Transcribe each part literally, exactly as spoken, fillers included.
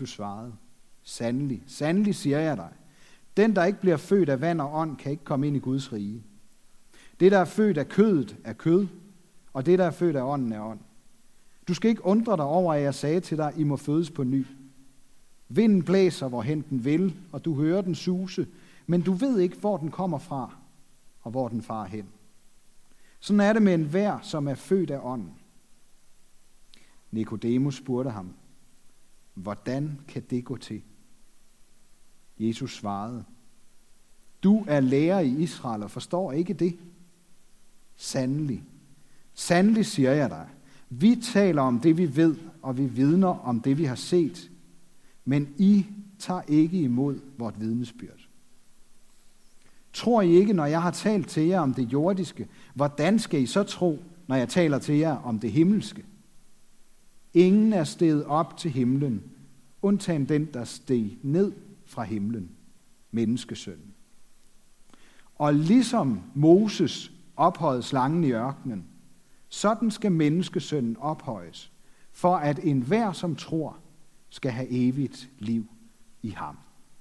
Jesus svarede, sandelig, sandelig siger jeg dig, den, der ikke bliver født af vand og ånd, kan ikke komme ind i Guds rige. Det, der er født af kødet, er kød, og det, der er født af ånden, er ånd. Du skal ikke undre dig over, at jeg sagde til dig, I må fødes på ny. Vinden blæser, hvorhen den vil, og du hører den suse, men du ved ikke, hvor den kommer fra, og hvor den farer hen. Sådan er det med enhver, som er født af ånden. Nikodemus spurgte ham, hvordan kan det gå til? Jesus svarede, du er lærer i Israel og forstår ikke det. Sandelig, sandelig siger jeg dig, vi taler om det, vi ved, og vi vidner om det, vi har set, men I tager ikke imod vort vidnesbyrd. Tror I ikke, når jeg har talt til jer om det jordiske, hvordan skal I så tro, når jeg taler til jer om det himmelske? Ingen er steget op til himlen, undtagen den, der steg ned fra himlen, menneskesønnen. Og ligesom Moses ophøjede slangen i ørkenen, sådan skal menneskesønnen ophøjes, for at enhver, som tror, skal have evigt liv i ham.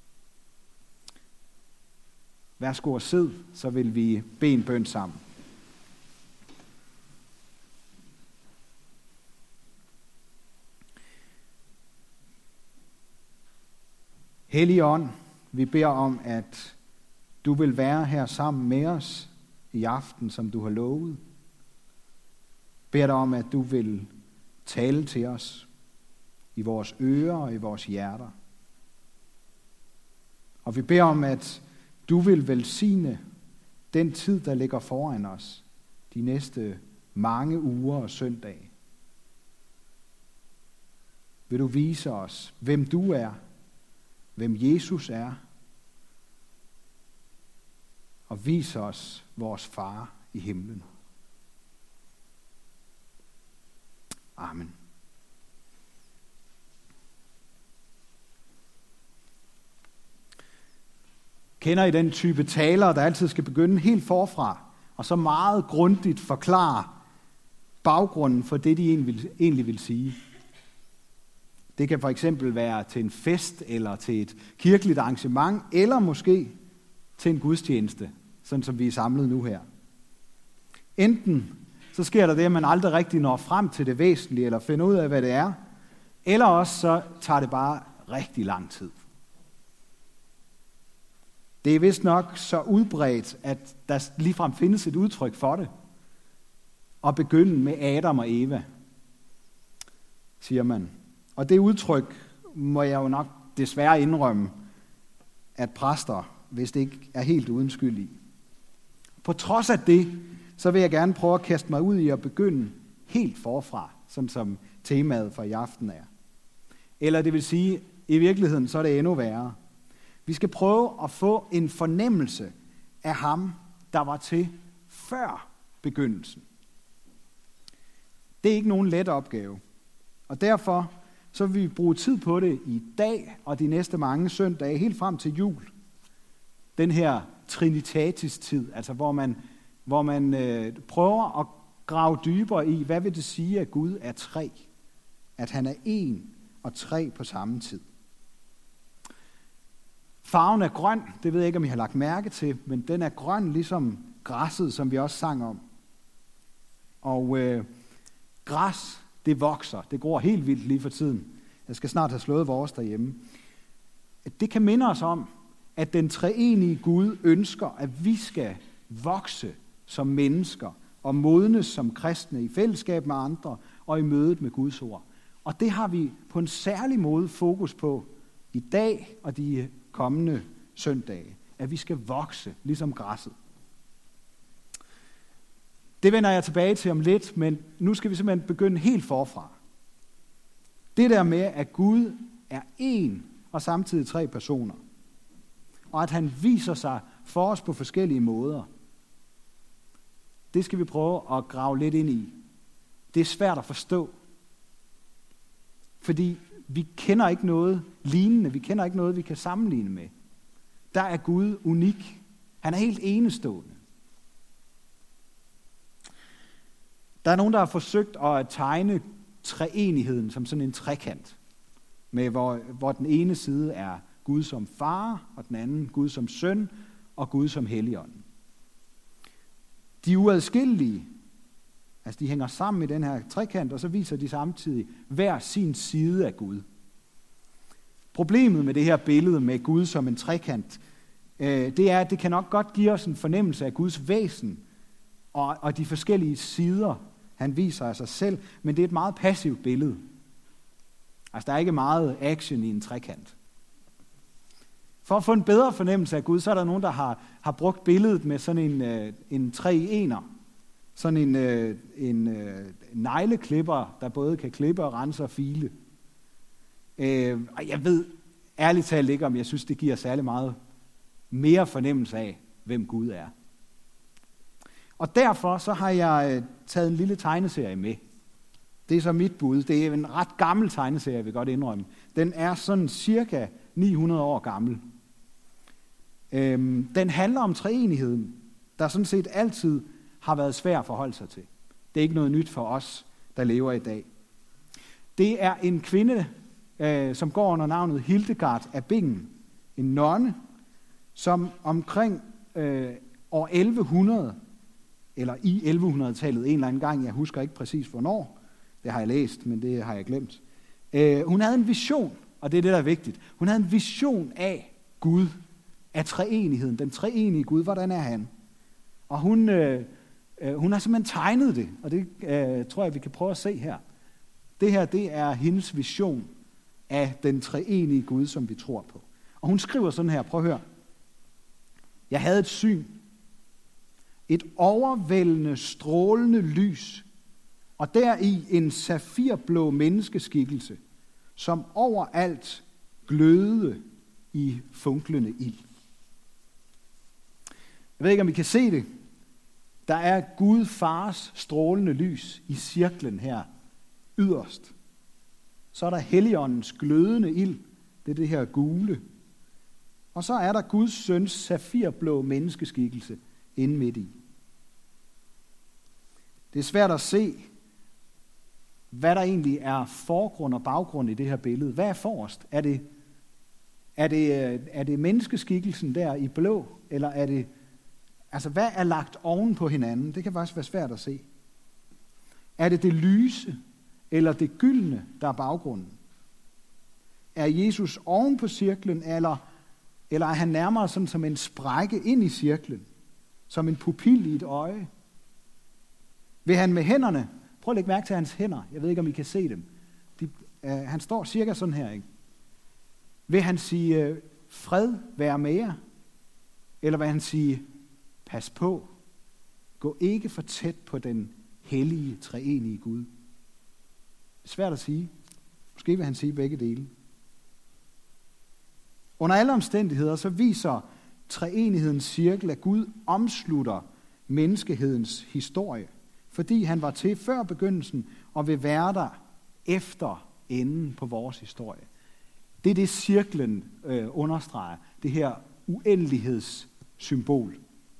Værsgo og sid, så vil vi bede en bøn sammen. Hellige Ånd, vi beder om, at du vil være her sammen med os i aften, som du har lovet. Beder dig om, at du vil tale til os i vores ører og i vores hjerter. Og vi beder om, at du vil velsigne den tid, der ligger foran os, de næste mange uger og søndage. Vil du vise os, hvem du er, hvem Jesus er, og vise os vores far i himlen. Amen. Kender I den type taler, der altid skal begynde helt forfra, og så meget grundigt forklare baggrunden for det, de egentlig vil sige? Det kan for eksempel være til en fest, eller til et kirkeligt arrangement, eller måske til en gudstjeneste, sådan som vi er samlet nu her. Enten så sker der det, at man aldrig rigtig når frem til det væsentlige, eller finder ud af, hvad det er, eller også så tager det bare rigtig lang tid. Det er vist nok så udbredt, at der ligefrem findes et udtryk for det. At begynde med Adam og Eva, siger man. Og det udtryk må jeg jo nok desværre indrømme, at præster, hvis det ikke er helt uden skyld i. På trods af det, så vil jeg gerne prøve at kaste mig ud i at begynde helt forfra, sådan som temaet for i aften er. Eller det vil sige, i virkeligheden så er det endnu værre. Vi skal prøve at få en fornemmelse af ham, der var til før begyndelsen. Det er ikke nogen let opgave, og derfor så vil vi bruge tid på det i dag og de næste mange søndage, helt frem til jul. Den her trinitatis-tid, altså hvor man, hvor man øh, prøver at grave dybere i, hvad vil det sige, at Gud er tre? At han er en og tre på samme tid. Farven er grøn, det ved jeg ikke, om I har lagt mærke til, men den er grøn ligesom græsset, som vi også sang om. Og øh, græs, det vokser, det gror helt vildt lige for tiden. Jeg skal snart have slået vores derhjemme. Det kan minde os om, at den treenige Gud ønsker, at vi skal vokse som mennesker og modnes som kristne i fællesskab med andre og i mødet med Guds ord. Og det har vi på en særlig måde fokus på i dag og de kommende søndage, at vi skal vokse ligesom græsset. Det vender jeg tilbage til om lidt, men nu skal vi simpelthen begynde helt forfra. Det der med, at Gud er én og samtidig tre personer, og at han viser sig for os på forskellige måder, det skal vi prøve at grave lidt ind i. Det er svært at forstå, fordi vi kender ikke noget lignende, vi kender ikke noget, vi kan sammenligne med. Der er Gud unik. Han er helt enestående. Der er nogen, der har forsøgt at tegne treenigheden som sådan en trekant. med hvor, hvor den ene side er Gud som far, og den anden Gud som søn, og Gud som helligånd. De er uadskillelige, altså de hænger sammen i den her trekant, og så viser de samtidig hver sin side af Gud. Problemet med det her billede med Gud som en trekant, øh, det er, at det kan nok godt give os en fornemmelse af Guds væsen, og, og de forskellige sider, han viser af sig selv, men det er et meget passivt billede. Altså, der er ikke meget action i en trekant. For at få en bedre fornemmelse af Gud, så er der nogen, der har, har brugt billedet med sådan en, øh, en tre-ener. Sådan en, øh, en øh, negleklipper, der både kan klippe og rense og file. Øh, og jeg ved ærligt talt ikke, om jeg synes, det giver særlig meget mere fornemmelse af, hvem Gud er. Og derfor så har jeg øh, taget en lille tegneserie med. Det er så mit bud. Det er en ret gammel tegneserie, jeg vil godt indrømme. Den er sådan cirka ni hundrede år gammel. Øhm, den handler om treenigheden, der sådan set altid har været svær at forholde sig til. Det er ikke noget nyt for os, der lever i dag. Det er en kvinde, øh, som går under navnet Hildegard af Bingen, en nonne, som omkring øh, år elleve hundrede, eller i elleve hundrede-tallet en eller anden gang, jeg husker ikke præcis hvornår, det har jeg læst, men det har jeg glemt. Øh, hun havde en vision, og det er det, der er vigtigt. Hun havde en vision af Gud, af treenigheden, den treenige Gud, hvordan er han? Og hun, øh, øh, hun har simpelthen tegnet det, og det øh, tror jeg, vi kan prøve at se her. Det her, det er hendes vision af den treenige Gud, som vi tror på. Og hun skriver sådan her, prøv at høre. Jeg havde et syn, et overvældende, strålende lys, og deri en safirblå menneskeskikkelse, som overalt glødede i funklende ild. Jeg ved ikke, om I kan se det. Der er Gud fars strålende lys i cirklen her yderst. Så er der Helligåndens glødende ild. Det er det her gule. Og så er der Guds søns safirblå menneskeskikkelse inde midt i. Det er svært at se, hvad der egentlig er forgrund og baggrund i det her billede. Hvad er forrest? Er det, er det, er det menneskeskikkelsen der i blå, eller er det, altså hvad er lagt oven på hinanden? Det kan faktisk være svært at se. Er det det lyse, eller det gyldne, der er baggrunden? Er Jesus oven på cirklen, eller, eller er han nærmere sådan som en sprække ind i cirklen, som en pupil i et øje? Vil han med hænderne, prøv at lægge mærke til hans hænder, jeg ved ikke, om I kan se dem. De, øh, han står cirka sådan her, ikke? Vil han sige, øh, fred være med jer? Eller vil han sige, pas på, gå ikke for tæt på den hellige, treenige Gud? Svært at sige. Måske vil han sige begge dele. Under alle omstændigheder, så viser treenighedens cirkel, at Gud omslutter menneskehedens historie, fordi han var til før begyndelsen og vil være der efter enden på vores historie. Det er det, cirklen øh, understreger, det her uendelighedssymbol.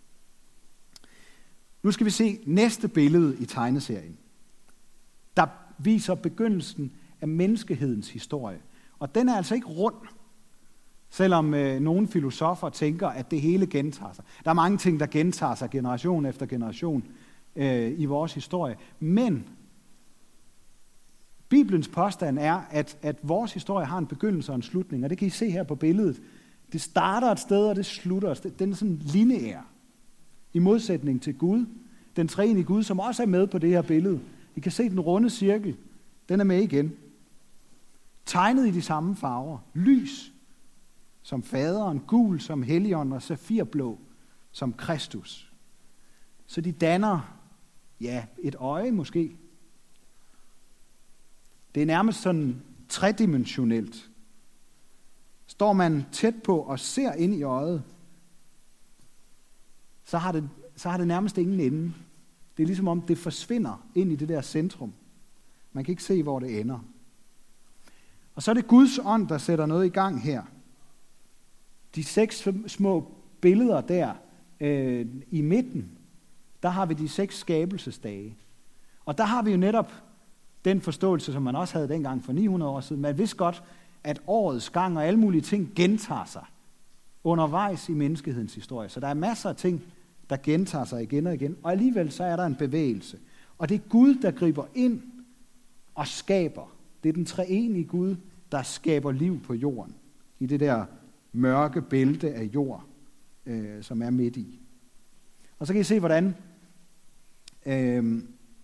Nu skal vi se næste billede i tegneserien, der viser begyndelsen af menneskehedens historie. Og den er altså ikke rund, selvom øh, nogle filosofer tænker, at det hele gentager sig. Der er mange ting, der gentager sig generation efter generation øh, i vores historie. Men Bibelens påstand er, at, at vores historie har en begyndelse og en slutning, og det kan I se her på billedet. Det starter et sted, og det slutter et sted. Den er sådan lineær, i modsætning til Gud, den treenige Gud, som også er med på det her billede. I kan se den runde cirkel, den er med igen. Tegnet i de samme farver. Lys som faderen, gul som Helligånden og safirblå som Kristus. Så de danner, ja, et øje måske. Det er nærmest sådan tredimensionelt. Står man tæt på og ser ind i øjet, så har det, så har det nærmest ingen ende. Det er ligesom om det forsvinder ind i det der centrum. Man kan ikke se, hvor det ender. Og så er det Guds ånd, der sætter noget i gang her. De seks små billeder der øh, i midten, der har vi de seks skabelsesdage. Og der har vi jo netop den forståelse, som man også havde dengang for ni hundrede år siden. Man vidste godt, at årets gang og alle mulige ting gentager sig undervejs i menneskehedens historie. Så der er masser af ting, der gentager sig igen og igen, og alligevel så er der en bevægelse. Og det er Gud, der griber ind og skaber. Det er den treenige Gud, der skaber liv på jorden, i det der mørke bælte af jord, øh, som er midt i. Og så kan I se, hvordan øh,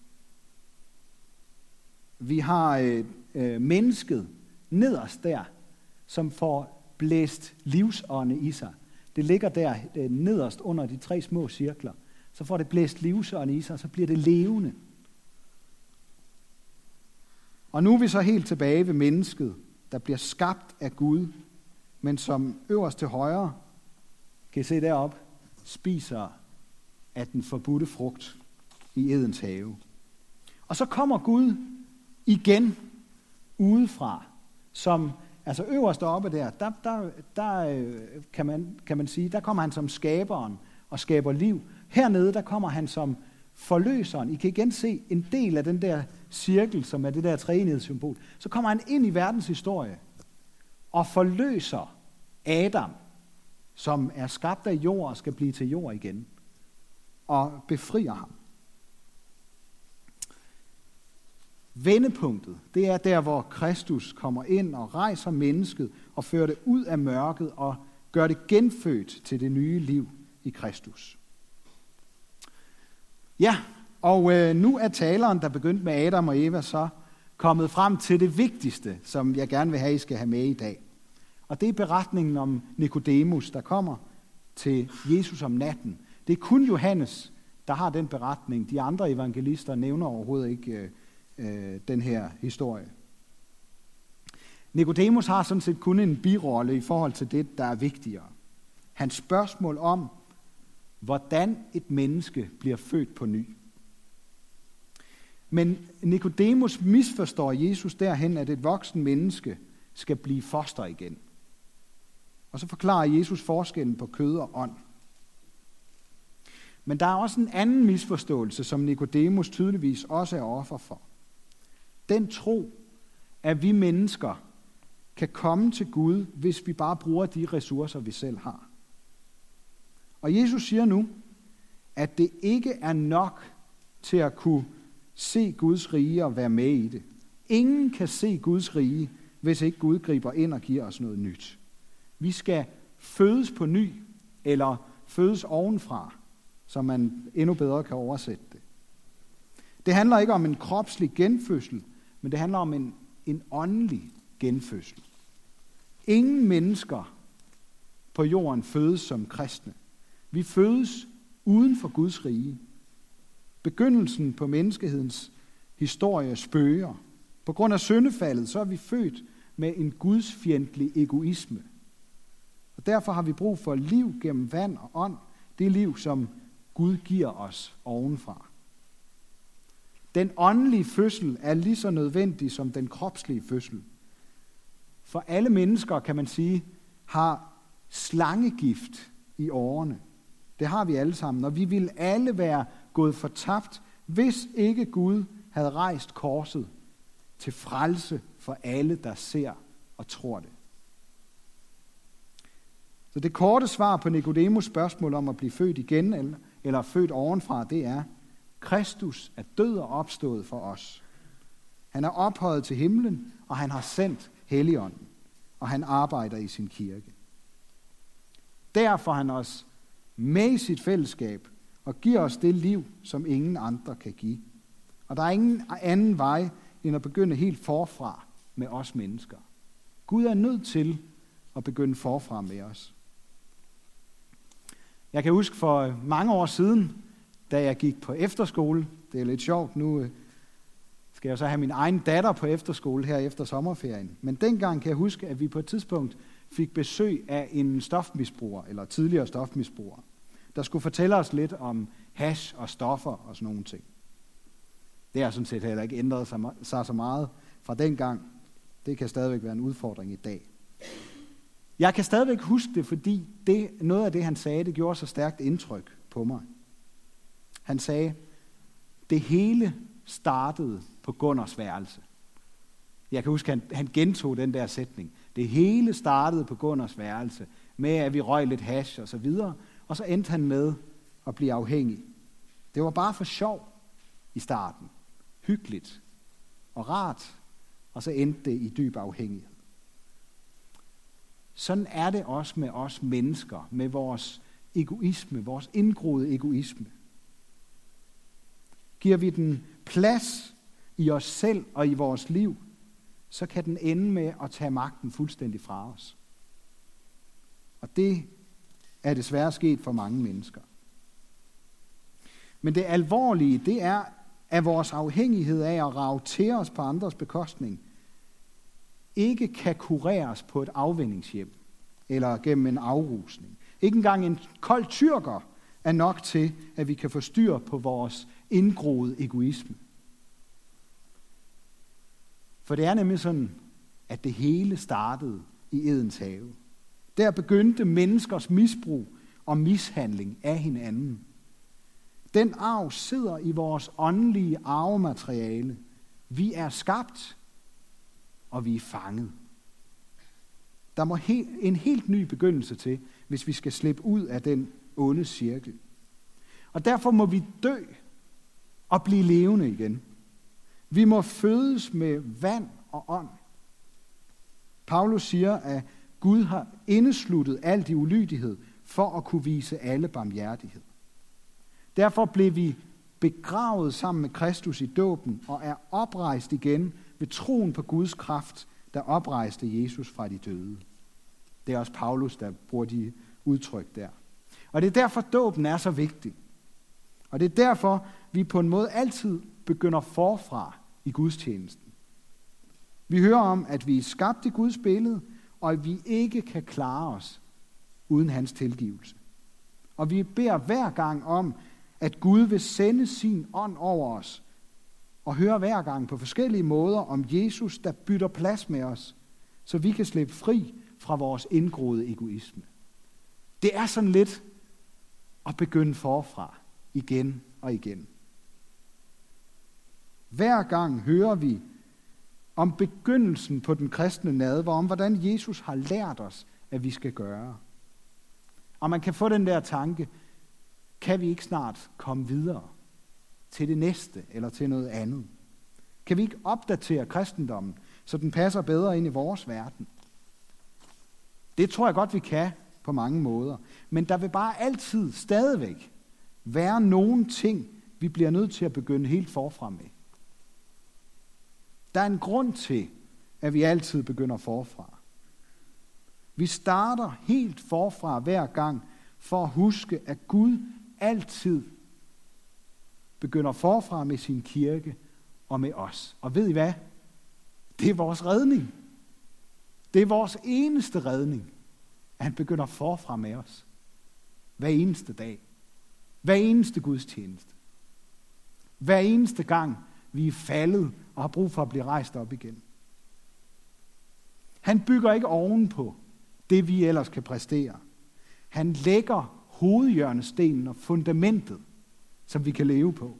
vi har øh, øh, mennesket nederst der, som får blæst livsånde i sig. Det ligger der øh, nederst under de tre små cirkler. Så får det blæst livsånde i sig, og så bliver det levende. Og nu er vi så helt tilbage ved mennesket, der bliver skabt af Gud, men som øverst til højre, kan I se deroppe, spiser af den forbudte frugt i Edens have. Og så kommer Gud igen udefra, som, altså øverst oppe der, der, der, der kan, man, kan man sige, der kommer han som skaberen og skaber liv. Hernede, der kommer han som forløseren. I kan igen se en del af den der cirkel, som er det der treenighedssymbol. Så kommer han ind i verdens historie og forløser Adam, som er skabt af jord og skal blive til jord igen, og befrier ham. Vendepunktet, det er der, hvor Kristus kommer ind og rejser mennesket og fører det ud af mørket og gør det genfødt til det nye liv i Kristus. Ja, og øh, nu er taleren, der begyndte med Adam og Eva, så kommet frem til det vigtigste, som jeg gerne vil have, I skal have med i dag. Og det er beretningen om Nikodemus, der kommer til Jesus om natten. Det er kun Johannes, der har den beretning. De andre evangelister nævner overhovedet ikke øh, den her historie. Nikodemus har sådan set kun en birolle i forhold til det, der er vigtigere. Hans spørgsmål om, hvordan et menneske bliver født på ny. Men Nikodemus misforstår Jesus derhen, at et voksen menneske skal blive foster igen. Og så forklarer Jesus forskellen på kød og ånd. Men der er også en anden misforståelse, som Nikodemus tydeligvis også er offer for. Den tro, at vi mennesker kan komme til Gud, hvis vi bare bruger de ressourcer, vi selv har. Og Jesus siger nu, at det ikke er nok til at kunne se Guds rige og være med i det. Ingen kan se Guds rige, hvis ikke Gud griber ind og giver os noget nyt. Vi skal fødes på ny, eller fødes ovenfra, så man endnu bedre kan oversætte det. Det handler ikke om en kropslig genfødsel, men det handler om en, en åndelig genfødsel. Ingen mennesker på jorden fødes som kristne. Vi fødes uden for Guds rige. Begyndelsen på menneskehedens historie spøger. På grund af syndefaldet, så er vi født med en gudsfjendtlig egoisme. Og derfor har vi brug for liv gennem vand og ånd. Det liv, som Gud giver os ovenfra. Den åndelige fødsel er lige så nødvendig som den kropslige fødsel. For alle mennesker, kan man sige, har slangegift i årene. Det har vi alle sammen, og vi ville alle være gået fortabt, hvis ikke Gud havde rejst korset til frelse for alle, der ser og tror det. Så det korte svar på Nikodemus spørgsmål om at blive født igen, eller, eller født ovenfra, det er, Kristus er død og opstået for os. Han er ophøjet til himlen, og han har sendt Helligånden, og han arbejder i sin kirke. Derfor han os med i sit fællesskab og giver os det liv, som ingen andre kan give. Og der er ingen anden vej, end at begynde helt forfra med os mennesker. Gud er nødt til at begynde forfra med os. Jeg kan huske for mange år siden, da jeg gik på efterskole, det er lidt sjovt, nu skal jeg så have min egen datter på efterskole her efter sommerferien. Men dengang kan jeg huske, at vi på et tidspunkt fik besøg af en stofmisbruger, eller tidligere stofmisbruger, der skulle fortælle os lidt om hash og stoffer og sådan nogle ting. Det har sådan set heller ikke ændret sig så meget fra dengang. Det kan stadigvæk være en udfordring i dag. Jeg kan stadigvæk huske det, fordi det, noget af det, han sagde, det gjorde så stærkt indtryk på mig. Han sagde, det hele startede på Gunners værelse. Jeg kan huske, han, han gentog den der sætning. Det hele startede på Gunners værelse med, at vi røg lidt hash og så videre, og så endte han med at blive afhængig. Det var bare for sjov i starten. Hyggeligt og rart, og så endte det i dyb afhængighed. Sådan er det også med os mennesker, med vores egoisme, vores indgroede egoisme. Giver vi den plads i os selv og i vores liv, så kan den ende med at tage magten fuldstændig fra os. Og det er desværre sket for mange mennesker. Men det alvorlige, det er, at vores afhængighed af at rage til os på andres bekostning, ikke kan kureres på et afvænningshjem eller gennem en afrusning. Ikke engang en kold tyrker er nok til, at vi kan få styr på vores indgroede egoisme. For det er nemlig sådan, at det hele startede i Edens have. Der begyndte menneskers misbrug og mishandling af hinanden. Den arv sidder i vores åndelige arvemateriale. Vi er skabt, og vi er fanget. Der må en helt ny begyndelse til, hvis vi skal slippe ud af den onde cirkel. Og derfor må vi dø og blive levende igen. Vi må fødes med vand og ånd. Paulus siger, at Gud har indesluttet alt i ulydighed for at kunne vise alle barmhjertighed. Derfor blev vi begravet sammen med Kristus i dåben og er oprejst igen ved troen på Guds kraft, der oprejste Jesus fra de døde. Det er også Paulus, der bruger de udtryk der. Og det er derfor, dåben er så vigtig. Og det er derfor, vi på en måde altid begynder forfra i gudstjenesten. Vi hører om, at vi er skabt i Guds billede, og at vi ikke kan klare os uden hans tilgivelse. Og vi beder hver gang om, at Gud vil sende sin ånd over os, og hører hver gang på forskellige måder om Jesus, der bytter plads med os, så vi kan slippe fri fra vores indgroede egoisme. Det er sådan lidt at begynde forfra igen og igen. Hver gang hører vi om begyndelsen på den kristne nadver, om hvordan Jesus har lært os, at vi skal gøre. Og man kan få den der tanke, kan vi ikke snart komme videre til det næste eller til noget andet? Kan vi ikke opdatere kristendommen, så den passer bedre ind i vores verden? Det tror jeg godt, vi kan på mange måder. Men der vil bare altid stadigvæk være nogle ting, vi bliver nødt til at begynde helt forfra med. Der er en grund til, at vi altid begynder forfra. Vi starter helt forfra hver gang for at huske, at Gud altid begynder forfra med sin kirke og med os. Og ved I hvad? Det er vores redning. Det er vores eneste redning, at han begynder forfra med os. Hver eneste dag. Hver eneste gudstjeneste. Hver eneste gang, vi er faldet og har brug for at blive rejst op igen. Han bygger ikke ovenpå det, vi ellers kan præstere. Han lægger hovedhjørnestenen og fundamentet, som vi kan leve på.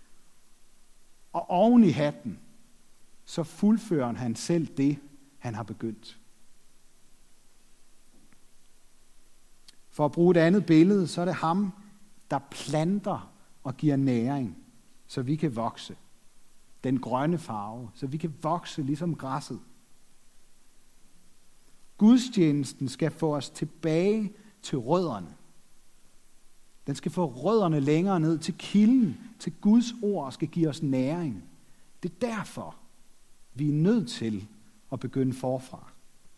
Og oven i hatten, så fuldfører han selv det, han har begyndt. For at bruge et andet billede, så er det ham, der planter og giver næring, så vi kan vokse. Den grønne farve, så vi kan vokse ligesom græsset. Gudstjenesten skal få os tilbage til rødderne. Den skal få rødderne længere ned til kilden, til Guds ord, og skal give os næring. Det er derfor, vi er nødt til at begynde forfra.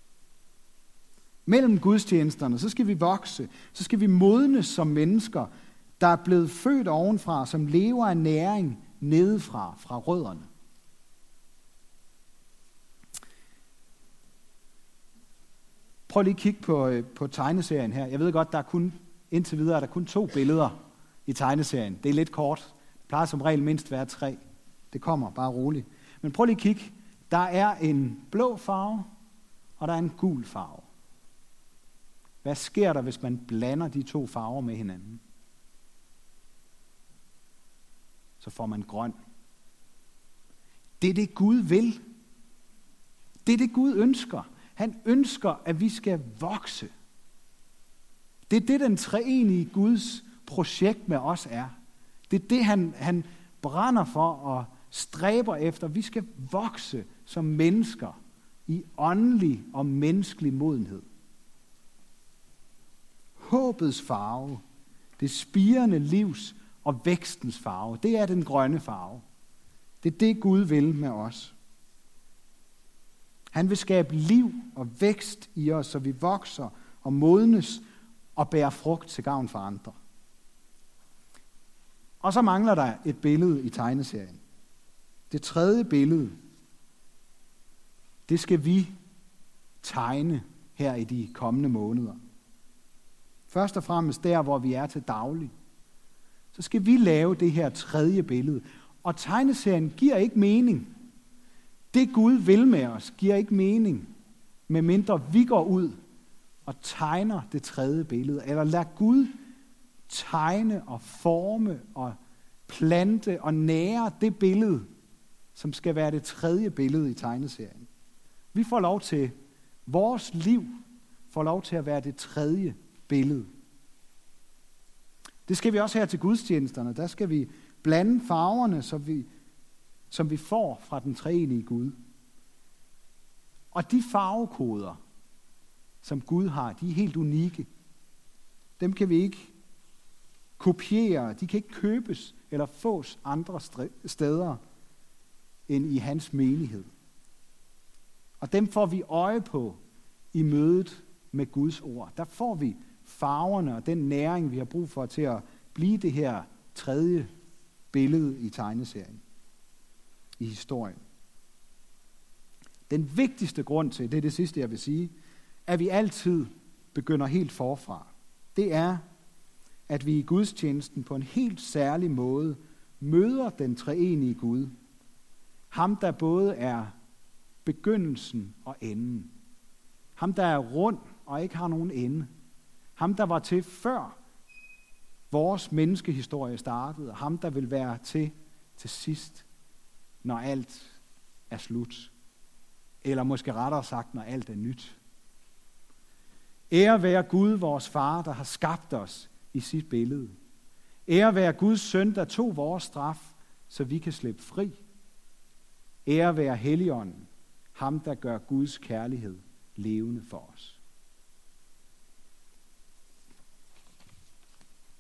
Mellem gudstjenesterne, så skal vi vokse, så skal vi modnes som mennesker, der er blevet født ovenfra, som lever af næring nedefra, fra rødderne. Prøv lige at kigge på, på tegneserien her. Jeg ved godt, der er kun, indtil videre er der kun to billeder i tegneserien. Det er lidt kort. Det plejer som regel mindst være tre. Det kommer, bare roligt. Men prøv lige at kigge. Der er en blå farve, og der er en gul farve. Hvad sker der, hvis man blander de to farver med hinanden? Så får man grøn. Det er det, Gud vil. Det er det, Gud ønsker. Han ønsker, at vi skal vokse. Det er det, den treenige Guds projekt med os er. Det er det, han, han brænder for og stræber efter. Vi skal vokse som mennesker i åndelig og menneskelig modenhed. Håbets farve, det spirende livs og vækstens farve, det er den grønne farve. Det er det, Gud vil med os. Han vil skabe liv og vækst i os, så vi vokser og modnes og bærer frugt til gavn for andre. Og så mangler der et billede i tegneserien. Det tredje billede, det skal vi tegne her i de kommende måneder. Først og fremmest der, hvor vi er til daglig. Så skal vi lave det her tredje billede. Og tegneserien giver ikke mening. Det Gud vil med os, giver ikke mening, medmindre vi går ud og tegner det tredje billede. Eller lad Gud tegne og forme og plante og nære det billede, som skal være det tredje billede i tegneserien. Vi får lov til, vores liv får lov til at være det tredje billede. Det skal vi også her til gudstjenesterne. Der skal vi blande farverne, som vi, som vi får fra den treenige Gud. Og de farvekoder, som Gud har, de er helt unikke. Dem kan vi ikke kopiere, de kan ikke købes eller fås andre steder end i hans menighed. Og dem får vi øje på i mødet med Guds ord. Der får vi farverne og den næring, vi har brug for til at blive det her tredje billede i tegneserien, i historien. Den vigtigste grund til, det er det sidste, jeg vil sige, at vi altid begynder helt forfra. Det er, at vi i gudstjenesten på en helt særlig måde møder den treenige Gud. Ham, der både er begyndelsen og enden. Ham, der er rund og ikke har nogen ende. Ham, der var til før vores menneskehistorie startede, og ham, der vil være til til sidst, når alt er slut. Eller måske rettere sagt, når alt er nyt. Ære være Gud, vores far, der har skabt os i sit billede. Ære være Guds søn, der tog vores straf, så vi kan slippe fri. Ære være Helligånden, ham, der gør Guds kærlighed levende for os.